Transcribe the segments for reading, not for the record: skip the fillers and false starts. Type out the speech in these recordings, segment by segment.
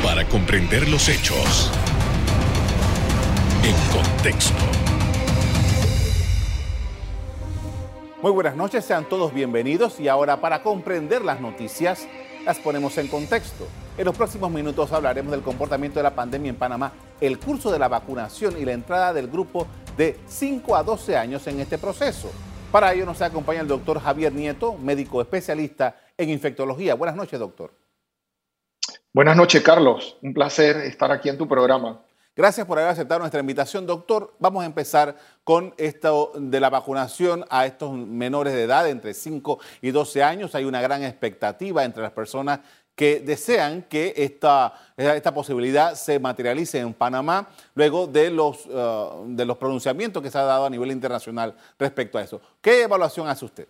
para comprender los hechos en contexto. Muy buenas noches, sean todos bienvenidos y ahora para comprender las noticias las ponemos en contexto. En los próximos minutos hablaremos del comportamiento de la pandemia en Panamá, el curso de la vacunación y la entrada del grupo de 5 a 12 años en este proceso. Para ello nos acompaña el doctor Javier Nieto, médico especialista en infectología. Buenas noches, doctor. Buenas noches, Carlos. Un placer estar aquí en tu programa. Gracias por haber aceptado nuestra invitación, doctor. Vamos a empezar con esto de la vacunación a estos menores de edad, entre 5 y 12 años. Hay una gran expectativa entre las personas que desean que esta posibilidad se materialice en Panamá luego de los pronunciamientos que se ha dado a nivel internacional respecto a eso. ¿Qué evaluación hace usted?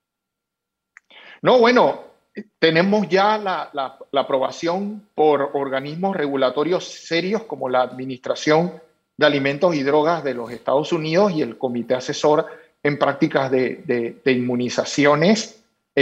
No, bueno, tenemos ya la aprobación por organismos regulatorios serios como la Administración de Alimentos y Drogas de los Estados Unidos y el Comité Asesor en Prácticas de Inmunizaciones.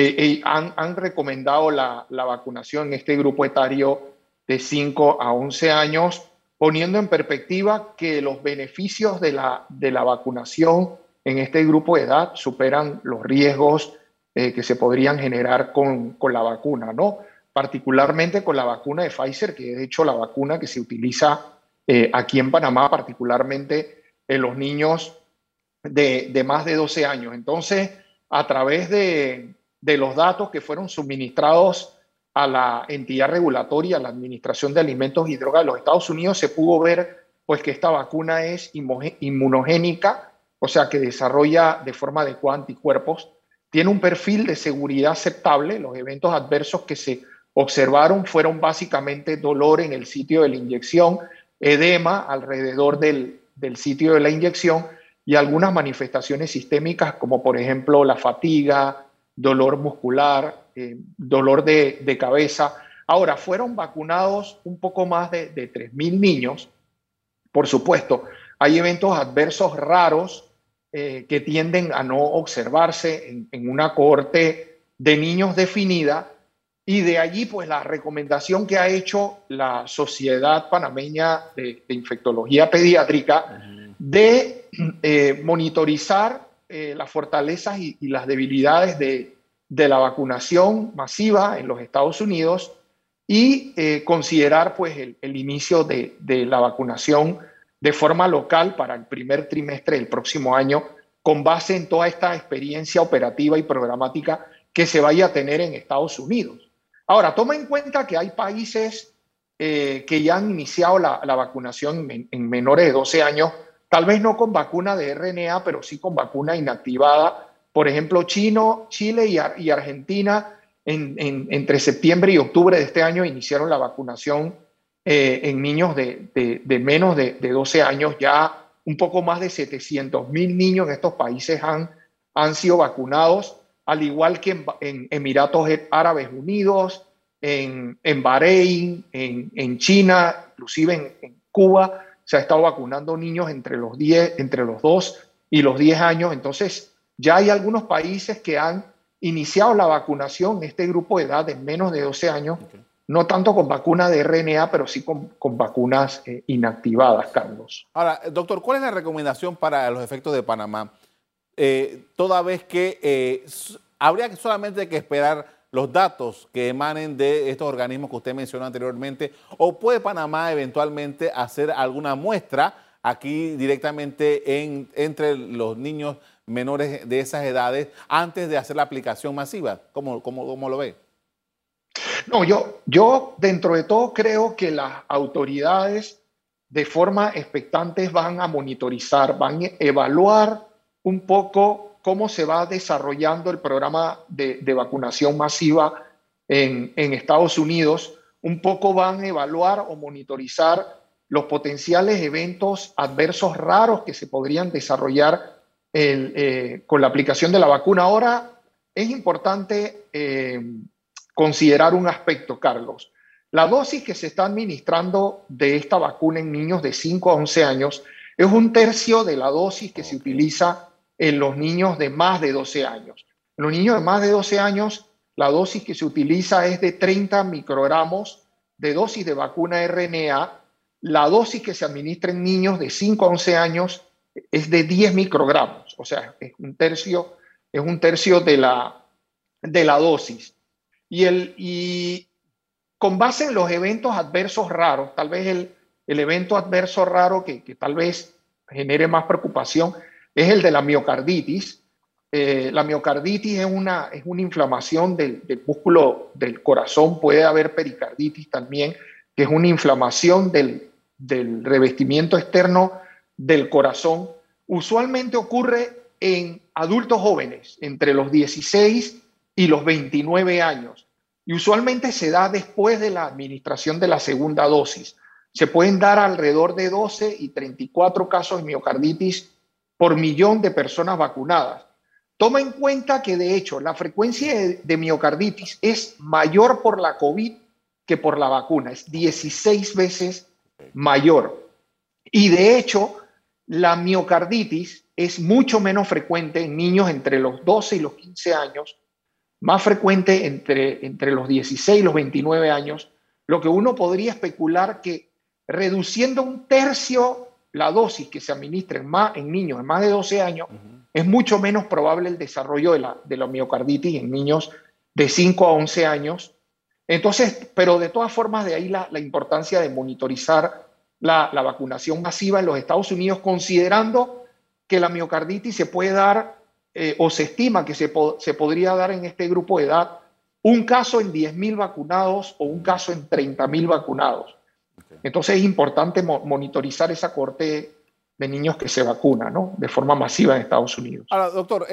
Han recomendado la vacunación en este grupo etario de 5 a 11 años, poniendo en perspectiva que los beneficios de la vacunación en este grupo de edad superan los riesgos que se podrían generar con la vacuna, ¿no? Particularmente con la vacuna de Pfizer, que es de hecho la vacuna que se utiliza aquí en Panamá, particularmente en los niños de más de 12 años. Entonces, a través de los datos que fueron suministrados a la entidad regulatoria, a la Administración de Alimentos y Drogas de los Estados Unidos, se pudo ver pues, que esta vacuna es inmunogénica, o sea, que desarrolla de forma adecuada anticuerpos. Tiene un perfil de seguridad aceptable. Los eventos adversos que se observaron fueron básicamente dolor en el sitio de la inyección, edema alrededor del sitio de la inyección y algunas manifestaciones sistémicas como por ejemplo la fatiga, dolor muscular, dolor de cabeza. Ahora, fueron vacunados un poco más de 3.000 niños. Por supuesto, hay eventos adversos raros que tienden a no observarse en una cohorte de niños definida, y de allí pues la recomendación que ha hecho la Sociedad Panameña de Infectología Pediátrica de monitorizar las fortalezas y las debilidades de la vacunación masiva en los Estados Unidos y considerar pues el inicio de la vacunación de forma local para el primer trimestre del próximo año, con base en toda esta experiencia operativa y programática que se vaya a tener en Estados Unidos. Ahora, toma en cuenta que hay países que ya han iniciado la vacunación en menores de 12 años, tal vez no con vacuna de RNA, pero sí con vacuna inactivada. Por ejemplo, Chile y Argentina entre septiembre y octubre de este año iniciaron la vacunación en niños de menos de 12 años. Ya un poco más de 700.000 niños en estos países han sido vacunados, al igual que en Emiratos Árabes Unidos, en Bahrein, en China, inclusive en Cuba, se ha estado vacunando niños entre los 2 y los 10 años. Entonces, ya hay algunos países que han iniciado la vacunación en este grupo de edad de menos de 12 años, no tanto con vacuna de RNA, pero sí con vacunas inactivadas, Carlos. Ahora, doctor, ¿cuál es la recomendación para los efectos de Panamá? Toda vez que habría solamente que esperar los datos que emanen de estos organismos que usted mencionó anteriormente, o puede Panamá eventualmente hacer alguna muestra aquí directamente entre los niños menores de esas edades antes de hacer la aplicación masiva? ¿Cómo lo ve? No, yo dentro de todo creo que las autoridades de forma expectante van a monitorizar, van a evaluar un poco cómo se va desarrollando el programa de vacunación masiva en Estados Unidos. Un poco van a evaluar o monitorizar los potenciales eventos adversos raros que se podrían desarrollar con la aplicación de la vacuna. Ahora, es importante considerar un aspecto, Carlos. La dosis que se está administrando de esta vacuna en niños de 5 a 11 años es 1/3 de la dosis que se utiliza en los niños de más de 12 años. En los niños de más de 12 años, la dosis que se utiliza es de 30 microgramos de dosis de vacuna RNA, la dosis que se administra en niños de 5 a 11 años es de 10 microgramos, o sea, es un tercio de la dosis. Y con base en los eventos adversos raros, tal vez el evento adverso raro que tal vez genere más preocupación es el de la miocarditis. La miocarditis es una inflamación del músculo del corazón, puede haber pericarditis también, que es una inflamación del revestimiento externo del corazón. Usualmente ocurre en adultos jóvenes, entre los 16 y los 29 años, y usualmente se da después de la administración de la segunda dosis. Se pueden dar alrededor de 12 y 34 casos de miocarditis por millón de personas vacunadas. Toma en cuenta que, de hecho, la frecuencia de miocarditis es mayor por la COVID que por la vacuna, es 16 veces mayor. Y, de hecho, la miocarditis es mucho menos frecuente en niños entre los 12 y los 15 años, más frecuente entre los 16 y los 29 años, lo que uno podría especular que reduciendo un tercio la dosis que se administra en niños de más de 12 años, es mucho menos probable el desarrollo de la miocarditis en niños de 5 a 11 años. Entonces, pero de todas formas, de ahí la importancia de monitorizar la vacunación masiva en los Estados Unidos, considerando que la miocarditis se puede dar o se estima que se podría dar en este grupo de edad un caso en 10.000 vacunados o un caso en 30.000 vacunados. Entonces es importante monitorizar esa cohorte de niños que se vacuna, ¿no?, de forma masiva en Estados Unidos. Ahora, doctor,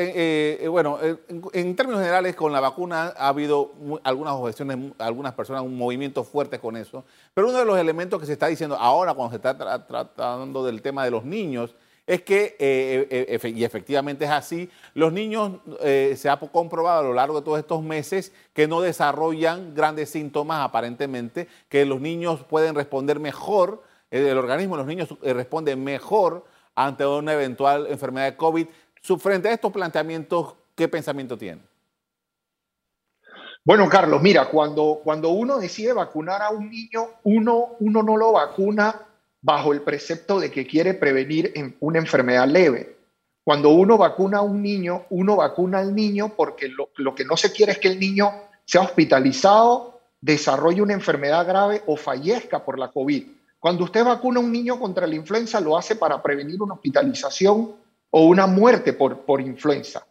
en términos generales, con la vacuna ha habido algunas objeciones, algunas personas, un movimiento fuerte con eso, pero uno de los elementos que se está diciendo ahora cuando se está tratando del tema de los niños es que, y efectivamente es así, los niños se ha comprobado a lo largo de todos estos meses que no desarrollan grandes síntomas aparentemente, que los niños pueden responder mejor, el organismo de los niños responde mejor ante una eventual enfermedad de COVID. Frente a estos planteamientos, ¿qué pensamiento tiene? Bueno, Carlos, mira, cuando uno decide vacunar a un niño, uno no lo vacuna bajo el precepto de que quiere prevenir una enfermedad leve. Cuando uno vacuna a un niño, uno vacuna al niño porque lo que no se quiere es que el niño sea hospitalizado, desarrolle una enfermedad grave o fallezca por la COVID. Cuando usted vacuna a un niño contra la influenza, lo hace para prevenir una hospitalización o una muerte por influenza.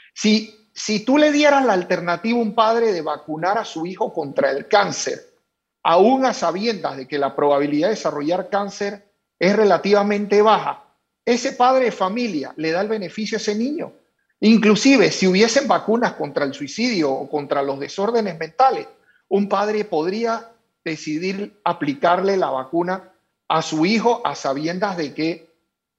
Si tú le dieras la alternativa a un padre de vacunar a su hijo contra el cáncer, aún a sabiendas de que la probabilidad de desarrollar cáncer es relativamente baja, ese padre de familia le da el beneficio a ese niño. Inclusive, si hubiesen vacunas contra el suicidio o contra los desórdenes mentales, un padre podría decidir aplicarle la vacuna a su hijo a sabiendas de que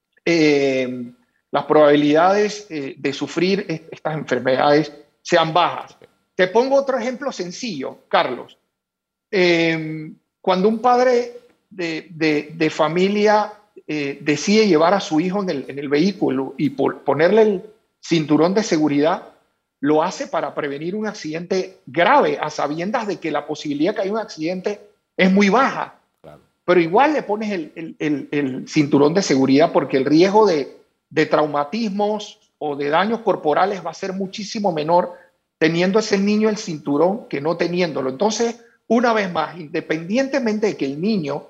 las probabilidades de sufrir estas enfermedades sean bajas. Te pongo otro ejemplo sencillo, Carlos. Cuando un padre de familia decide llevar a su hijo en el vehículo y ponerle el cinturón de seguridad, lo hace para prevenir un accidente grave, a sabiendas de que la posibilidad de que haya un accidente es muy baja. Claro. Pero igual le pones el cinturón de seguridad porque el riesgo de traumatismos o de daños corporales va a ser muchísimo menor teniendo ese niño el cinturón que no teniéndolo. Entonces, una vez más, independientemente de que el niño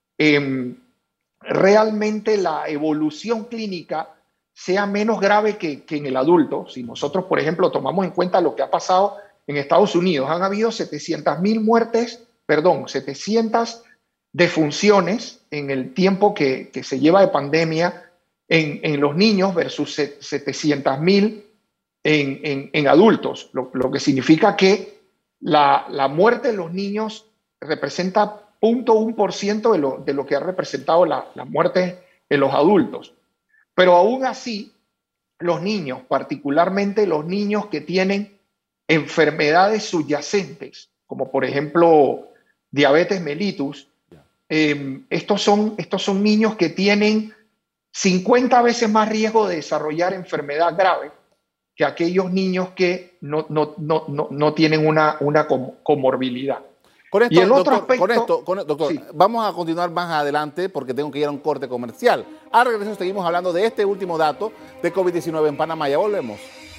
realmente la evolución clínica sea menos grave que en el adulto, si nosotros, por ejemplo, tomamos en cuenta lo que ha pasado en Estados Unidos, han habido 700 defunciones en el tiempo que se lleva de pandemia en los niños versus 700.000 en adultos, lo que significa que la muerte de los niños representa 0.1% de lo que ha representado la muerte en los adultos. Pero aún así, los niños, particularmente los niños que tienen enfermedades subyacentes, como por ejemplo diabetes mellitus, estos son niños que tienen 50 veces más riesgo de desarrollar enfermedad grave que aquellos niños que no tienen una comorbilidad. Con Y esto, el otro doctor, aspecto, doctor, sí. vamos a continuar más adelante porque tengo que ir a un corte comercial. Al regreso seguimos hablando de este último dato de COVID-19 en Panamá. Ya volvemos.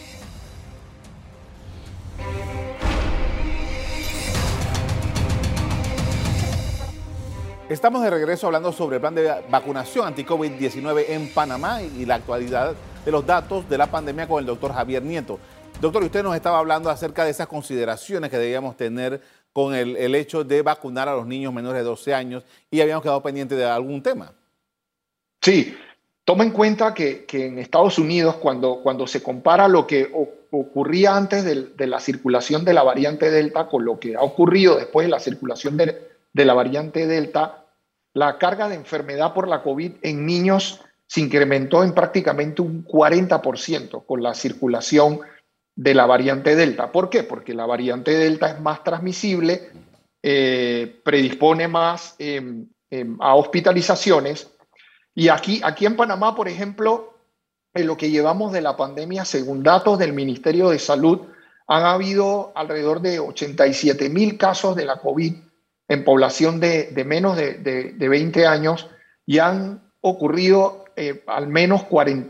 Estamos de regreso hablando sobre el plan de vacunación anti-COVID-19 en Panamá y la actualidad de los datos de la pandemia con el doctor Javier Nieto. Doctor, usted nos estaba hablando acerca de esas consideraciones que debíamos tener con el hecho de vacunar a los niños menores de 12 años y habíamos quedado pendientes de algún tema. Sí, toma en cuenta que en Estados Unidos, cuando se compara lo que ocurría antes de la circulación de la variante Delta con lo que ha ocurrido después de la circulación de la variante Delta, la carga de enfermedad por la COVID en niños se incrementó en prácticamente un 40% con la circulación de la variante Delta. ¿Por qué? Porque la variante Delta es más transmisible, predispone más a hospitalizaciones. Y aquí en Panamá, por ejemplo, en lo que llevamos de la pandemia, según datos del Ministerio de Salud, han habido alrededor de 87,000 casos de la COVID en población de menos de 20 años y han ocurrido al menos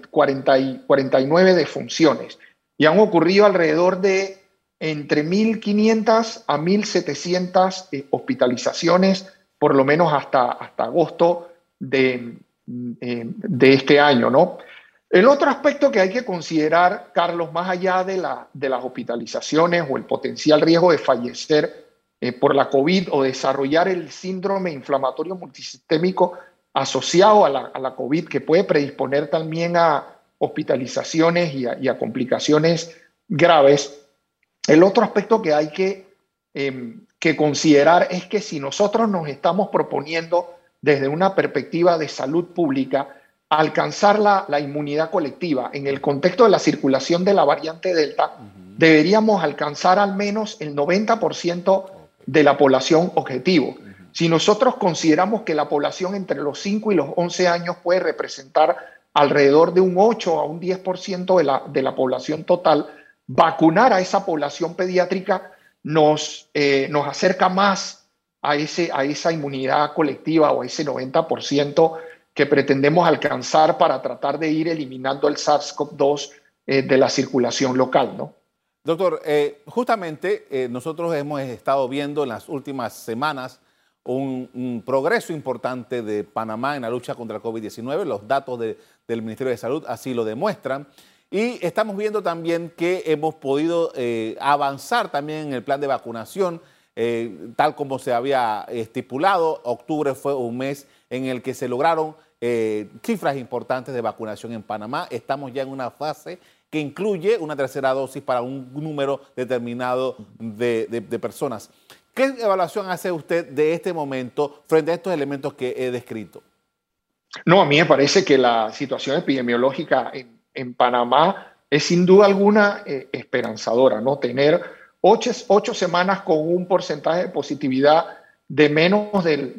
49 defunciones y han ocurrido alrededor de entre 1.500 a 1.700 hospitalizaciones, por lo menos hasta agosto de este año, ¿no? El otro aspecto que hay que considerar, Carlos, más allá de las hospitalizaciones o el potencial riesgo de fallecer por la COVID o desarrollar el síndrome inflamatorio multisistémico asociado a la COVID, que puede predisponer también a hospitalizaciones y a complicaciones graves. El otro aspecto que hay que considerar es que si nosotros nos estamos proponiendo desde una perspectiva de salud pública alcanzar la inmunidad colectiva en el contexto de la circulación de la variante Delta, deberíamos alcanzar al menos el 90% de la población objetivo. Si nosotros consideramos que la población entre los 5 y los 11 años puede representar alrededor de un 8 a un 10% de la población total, vacunar a esa población pediátrica nos acerca más a esa inmunidad colectiva o a ese 90% que pretendemos alcanzar para tratar de ir eliminando el SARS-CoV-2 de la circulación local, ¿no? Doctor, justamente nosotros hemos estado viendo en las últimas semanas un progreso importante de Panamá en la lucha contra el COVID-19. Los datos del Ministerio de Salud así lo demuestran. Y estamos viendo también que hemos podido avanzar también en el plan de vacunación, tal como se había estipulado. Octubre fue un mes en el que se lograron cifras importantes de vacunación en Panamá. Estamos ya en una fase que incluye una tercera dosis para un número determinado de personas. ¿Qué evaluación hace usted de este momento frente a estos elementos que he descrito? No, a mí me parece que la situación epidemiológica en Panamá es sin duda alguna esperanzadora, ¿no? Tener 8 semanas con un porcentaje de positividad de menos del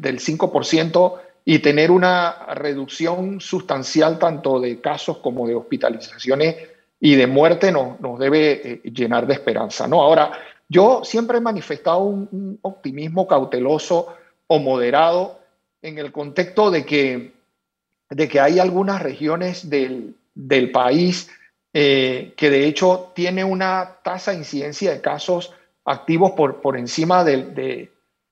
5% y tener una reducción sustancial tanto de casos como de hospitalizaciones y de muerte nos debe llenar de esperanza, ¿no? Ahora, yo siempre he manifestado un optimismo cauteloso o moderado en el contexto de que hay algunas regiones del país que de hecho tiene una tasa de incidencia de casos activos por encima de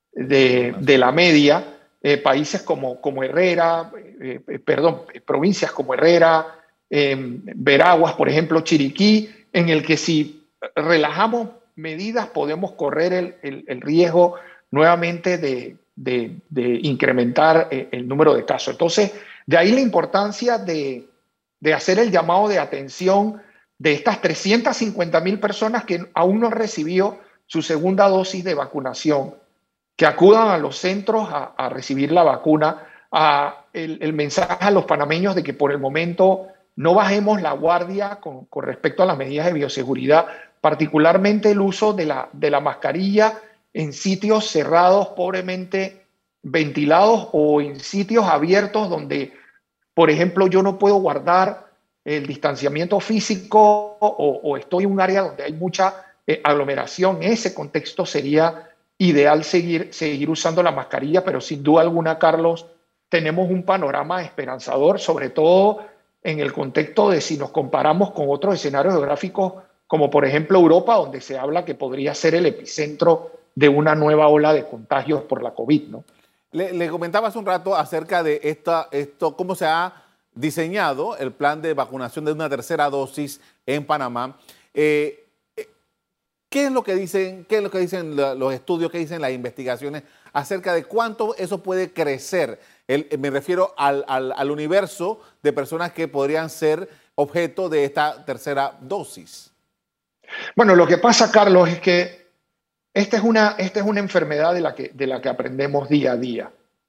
la media. Países como Herrera, provincias como Herrera, Veraguas, por ejemplo, Chiriquí, en el que si relajamos medidas podemos correr el riesgo nuevamente de incrementar el número de casos. Entonces, de ahí la importancia de hacer el llamado de atención de estas 350,000 personas que aún no han recibido su segunda dosis de vacunación, que acudan a los centros a recibir la vacuna, el mensaje a los panameños de que por el momento no bajemos la guardia con respecto a las medidas de bioseguridad, particularmente el uso de la mascarilla en sitios cerrados, pobremente ventilados o en sitios abiertos donde, por ejemplo, yo no puedo guardar el distanciamiento físico o estoy en un área donde hay mucha aglomeración. En ese contexto sería ideal seguir usando la mascarilla, pero sin duda alguna, Carlos, tenemos un panorama esperanzador, sobre todo en el contexto de si nos comparamos con otros escenarios geográficos, como por ejemplo Europa, donde se habla que podría ser el epicentro de una nueva ola de contagios por la COVID, ¿no? Le comentaba hace un rato acerca de esto, cómo se ha diseñado el plan de vacunación de una tercera dosis en Panamá. ¿Qué es lo que dicen los estudios, qué dicen las investigaciones acerca de cuánto eso puede crecer? Me refiero al universo de personas que podrían ser objeto de esta tercera dosis. Bueno, lo que pasa, Carlos, es que esta es una enfermedad de la que aprendemos día a día.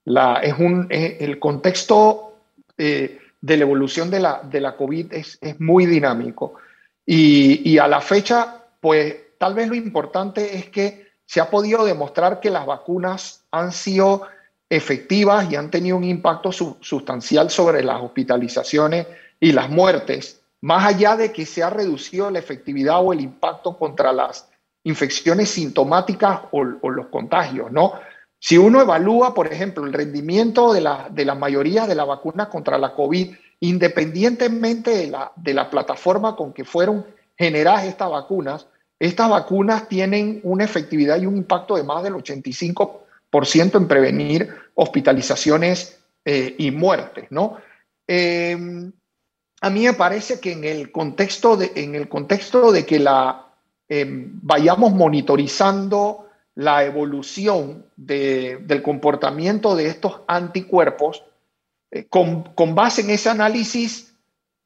El contexto de la evolución de la COVID es muy dinámico. Y a la fecha, pues tal vez lo importante es que se ha podido demostrar que las vacunas han sido efectivas y han tenido un impacto sustancial sobre las hospitalizaciones y las muertes, más allá de que se ha reducido la efectividad o el impacto contra las infecciones sintomáticas o los contagios, ¿no? Si uno evalúa, por ejemplo, el rendimiento de la mayoría de las vacunas contra la COVID, independientemente de la plataforma con que fueron generadas estas vacunas tienen una efectividad y un impacto de más del 85% en prevenir hospitalizaciones y muertes, ¿no? A mí me parece que en el contexto de que vayamos monitorizando la evolución del comportamiento de estos anticuerpos, con base en ese análisis,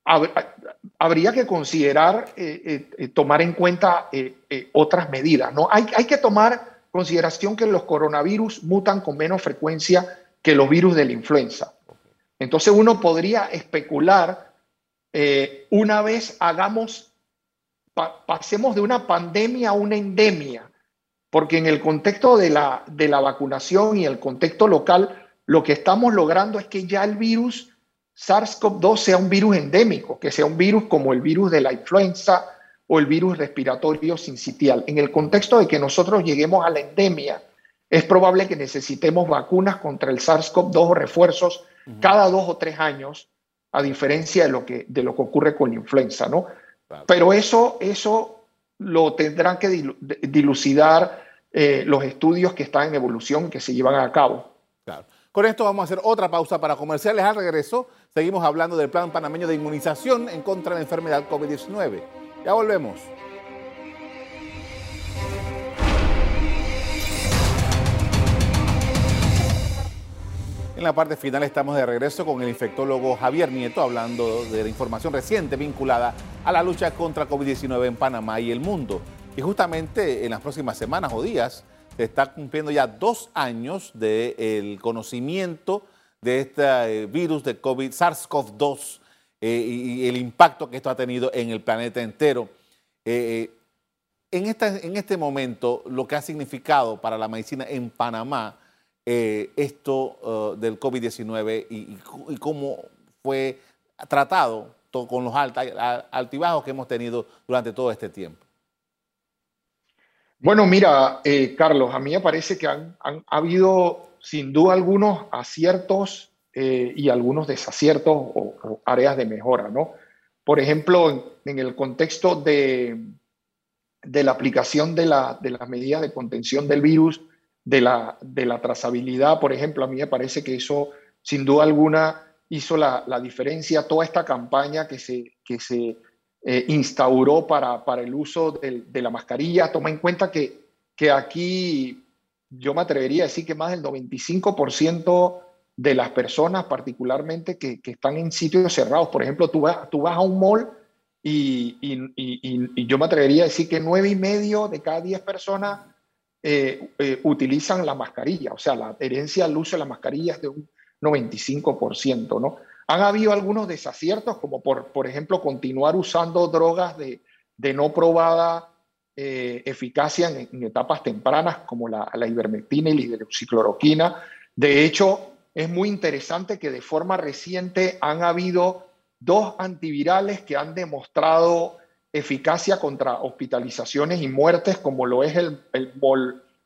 habría que considerar tomar en cuenta otras medidas, ¿no? Hay que tomar consideración que los coronavirus mutan con menos frecuencia que los virus de la influenza. Entonces uno podría especular, una vez pasemos de una pandemia a una endemia, porque en el contexto de la vacunación y el contexto local, lo que estamos logrando es que ya el virus SARS-CoV-2 sea un virus endémico, que sea un virus como el virus de la influenza o el virus respiratorio sincitial. En el contexto de que nosotros lleguemos a la endemia, es probable que necesitemos vacunas contra el SARS-CoV-2 o refuerzos cada 2 o 3 años, a diferencia de lo que ocurre con la influenza, ¿no? Claro. Pero eso lo tendrán que dilucidar los estudios que están en evolución, que se llevan a cabo. Claro. Con esto vamos a hacer otra pausa para comerciales. Al regreso seguimos hablando del plan panameño de inmunización en contra de la enfermedad COVID-19. Ya volvemos. En la parte final estamos de regreso con el infectólogo Javier Nieto hablando de la información reciente vinculada a la lucha contra COVID-19 en Panamá y el mundo. Y justamente en las próximas semanas o días se está cumpliendo ya 2 años del conocimiento de este virus de COVID, SARS-CoV-2, y el impacto que esto ha tenido en el planeta entero. En este momento, lo que ha significado para la medicina en Panamá, esto del COVID-19 y cómo fue tratado con los altibajos que hemos tenido durante todo este tiempo. Bueno, mira, Carlos, a mí me parece que han habido sin duda algunos aciertos y algunos desaciertos o áreas de mejora, ¿no? Por ejemplo, en el contexto de la aplicación de las medidas de contención del virus, de la trazabilidad, por ejemplo, a mí me parece que eso sin duda alguna hizo la diferencia. Toda esta campaña que se instauró para el uso de la mascarilla, toma en cuenta que aquí yo me atrevería a decir que más del 95% de las personas, particularmente que están en sitios cerrados, por ejemplo, tú vas a un mall y yo me atrevería a decir que 9,5 de cada 10 personas utilizan la mascarilla, o sea, la adherencia al uso de la mascarilla es de un 95%, ¿no? Han habido algunos desaciertos, como por ejemplo continuar usando drogas de no probada eficacia en etapas tempranas, como la ivermectina y la hidroxicloroquina. De hecho, es muy interesante que de forma reciente han habido 2 antivirales que han demostrado eficacia contra hospitalizaciones y muertes, como lo es el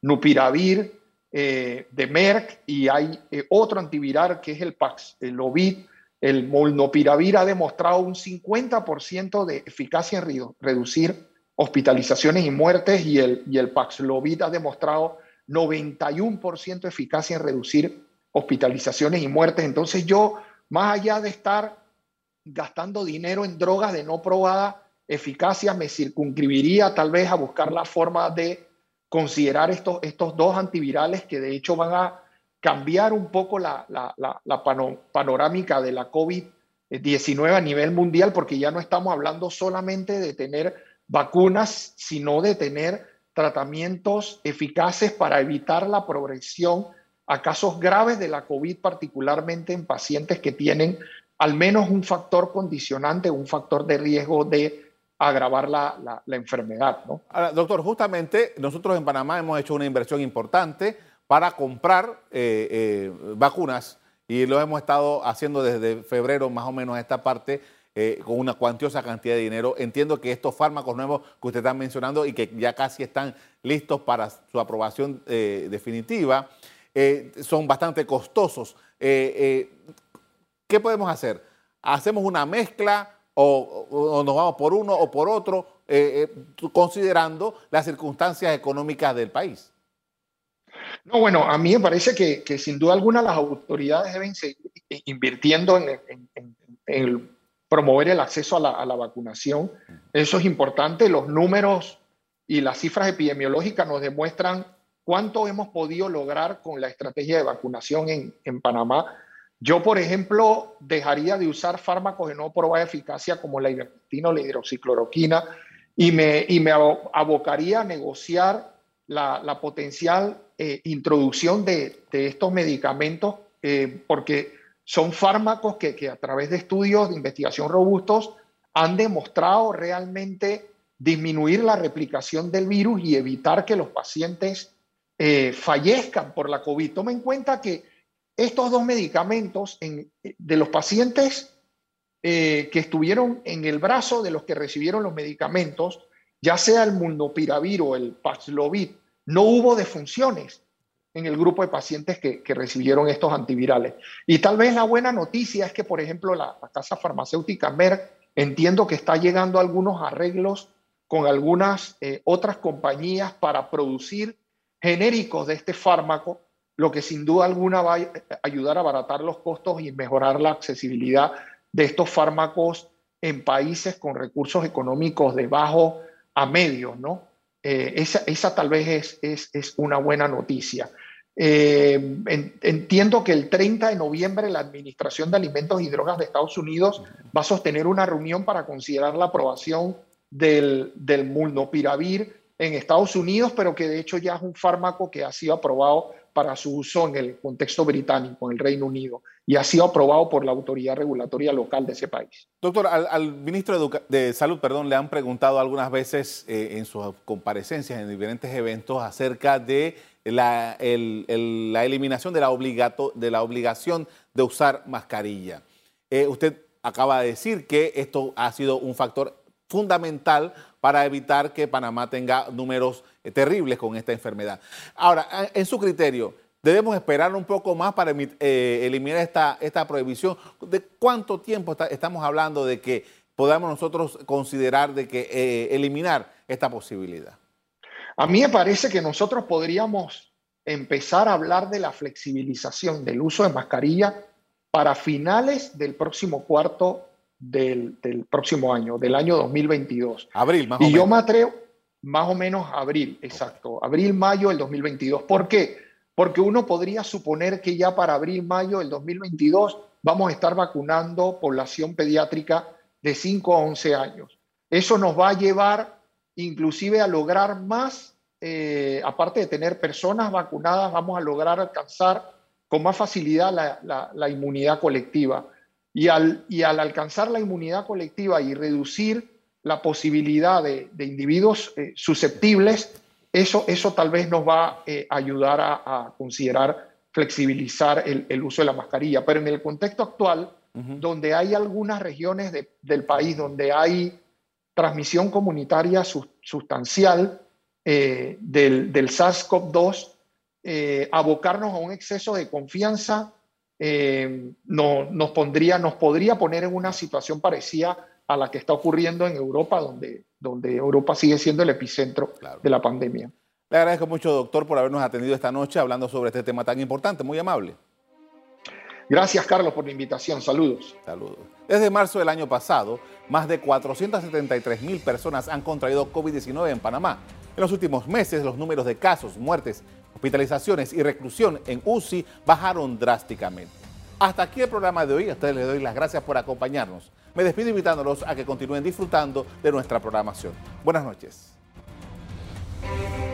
Nupiravir de Merck, y hay otro antiviral que es el Paxlovid. El molnupiravir ha demostrado un 50% de eficacia en reducir hospitalizaciones y muertes, y el Paxlovid ha demostrado 91% de eficacia en reducir hospitalizaciones y muertes. Entonces yo, más allá de estar gastando dinero en drogas de no probada eficacia, me circunscribiría tal vez a buscar la forma de considerar estos dos antivirales que de hecho van a cambiar un poco la panorámica de la COVID-19 a nivel mundial, porque ya no estamos hablando solamente de tener vacunas, sino de tener tratamientos eficaces para evitar la progresión a casos graves de la COVID, particularmente en pacientes que tienen al menos un factor condicionante, un factor de riesgo de agravar la enfermedad, ¿no? Ahora, doctor, justamente nosotros en Panamá hemos hecho una inversión importante para comprar vacunas, y lo hemos estado haciendo desde febrero más o menos a esta parte, con una cuantiosa cantidad de dinero. Entiendo que estos fármacos nuevos que usted está mencionando y que ya casi están listos para su aprobación definitiva, son bastante costosos. ¿Qué podemos hacer? ¿Hacemos una mezcla o nos vamos por uno o por otro, considerando las circunstancias económicas del país? No, bueno, a mí me parece que sin duda alguna las autoridades deben seguir invirtiendo en promover el acceso a la vacunación. Eso es importante. Los números y las cifras epidemiológicas nos demuestran cuánto hemos podido lograr con la estrategia de vacunación en Panamá. Yo, por ejemplo, dejaría de usar fármacos de no probada eficacia como la ivermectina o la hidroxicloroquina, y me abocaría a negociar la potencial introducción de estos medicamentos, porque son fármacos que a través de estudios de investigación robustos han demostrado realmente disminuir la replicación del virus y evitar que los pacientes fallezcan por la COVID. Toma en cuenta que estos dos medicamentos de los pacientes que estuvieron en el brazo de los que recibieron los medicamentos, ya sea el molnupiravir o el Paxlovid, no hubo defunciones en el grupo de pacientes que recibieron estos antivirales. Y tal vez la buena noticia es que, por ejemplo, la casa farmacéutica Merck, entiendo que está llegando a algunos arreglos con algunas otras compañías para producir genéricos de este fármaco, lo que sin duda alguna va a ayudar a abaratar los costos y mejorar la accesibilidad de estos fármacos en países con recursos económicos de bajo a medios, ¿no? Esa tal vez es una buena noticia. Entiendo que el 30 de noviembre la Administración de Alimentos y Drogas de Estados Unidos va a sostener una reunión para considerar la aprobación del molnupiravir en Estados Unidos, pero que de hecho ya es un fármaco que ha sido aprobado para su uso en el contexto británico, en el Reino Unido, y ha sido aprobado por la autoridad regulatoria local de ese país. Doctor, al ministro de Salud, le han preguntado algunas veces en sus comparecencias en diferentes eventos acerca de la eliminación de la obligación de usar mascarilla. Usted acaba de decir que esto ha sido un factor fundamental para evitar que Panamá tenga números terribles con esta enfermedad. Ahora, en su criterio, ¿debemos esperar un poco más para eliminar esta prohibición? ¿De cuánto tiempo estamos hablando de que podamos nosotros considerar de que eliminar esta posibilidad? A mí me parece que nosotros podríamos empezar a hablar de la flexibilización del uso de mascarilla para finales del próximo cuarto del próximo año, del año 2022. Abril, más o menos. Y yo me atrevo, más o menos abril, exacto. Abril, mayo del 2022. ¿Por qué? Porque uno podría suponer que ya para abril, mayo del 2022 vamos a estar vacunando población pediátrica de 5 a 11 años. Eso nos va a llevar inclusive a lograr más, aparte de tener personas vacunadas, vamos a lograr alcanzar con más facilidad la inmunidad colectiva. Y al alcanzar la inmunidad colectiva y reducir la posibilidad de individuos susceptibles, eso tal vez nos va a ayudar a considerar flexibilizar el uso de la mascarilla. Pero en el contexto actual, donde hay algunas regiones del país donde hay transmisión comunitaria sustancial, del SARS-CoV-2, abocarnos a un exceso de confianza nos podría poner en una situación parecida a la que está ocurriendo en Europa, donde Europa sigue siendo el epicentro de la pandemia. Le agradezco mucho, doctor, por habernos atendido esta noche hablando sobre este tema tan importante. Muy amable. Gracias, Carlos, por la invitación. Saludos. Saludos. Desde marzo del año pasado, más de 473,000 personas han contraído COVID-19 en Panamá. En los últimos meses, los números de casos, muertes, hospitalizaciones y reclusión en UCI bajaron drásticamente. Hasta aquí el programa de hoy. A ustedes les doy las gracias por acompañarnos. Me despido invitándolos a que continúen disfrutando de nuestra programación. Buenas noches.